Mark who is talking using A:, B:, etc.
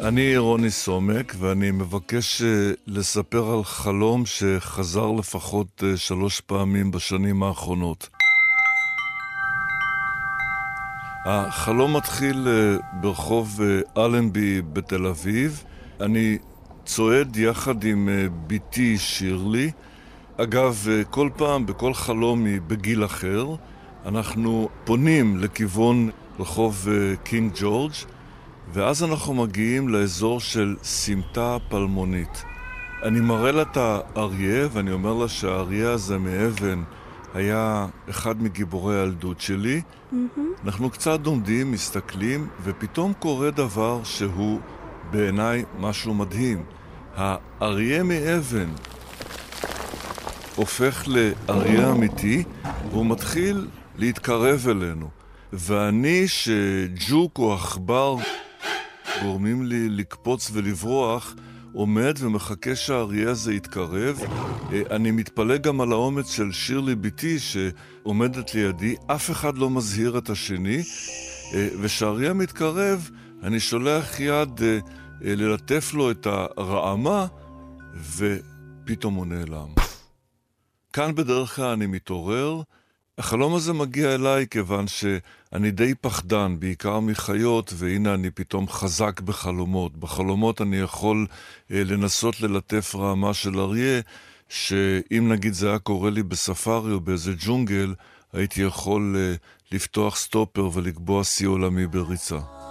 A: אני רוני סומק, ואני מבקש לספר על חלום שחזר לפחות 3 פעמים בשנים האחרונות. החלום מתחיל ברחוב אלנבי בתל אביב. אני צועד יחד עם ביתי שירלי. אגב, כל פעם, בכל חלום היא בגיל אחר. אנחנו פונים לכיוון רחוב קינג ג'ורג', ואז אנחנו מגיעים לאזור של סמטה פלמונית. אני מראה לה את האריה, ואני אומר לה שהאריה הזה מאבן היה אחד מגיבורי הילדות שלי. אנחנו קצת עומדים, מסתכלים, ופתאום קורה דבר שהוא בעיניי משהו מדהים. האריה מאבן הופך לאריה אמיתי, והוא מתחיל להתקרב אלינו. ואני, שג'וק או אכבר גורמים לי לקפוץ ולברוח, עומד ומחכה שהאריה הזה יתקרב. אני מתפלא גם על האומץ של שירלי ביתי שעומדת לידי. אף אחד לא מזהיר את השני, ושהאריה מתקרב אני שולח יד ללטף לו את הרעמה, ופתאום הוא נעלם. כאן בדרך כלל אני מתעורר. החלום הזה מגיע אליי כיוון שאני די פחדן, בעיקר מחיות, והנה אני פתאום חזק בחלומות. בחלומות אני יכול לנסות ללטף רעמה של אריה, שאם נגיד זה היה קורה לי בספארי או באיזה ג'ונגל, הייתי יכול לפתוח סטופר ולקבוע שיא עולמי בריצה.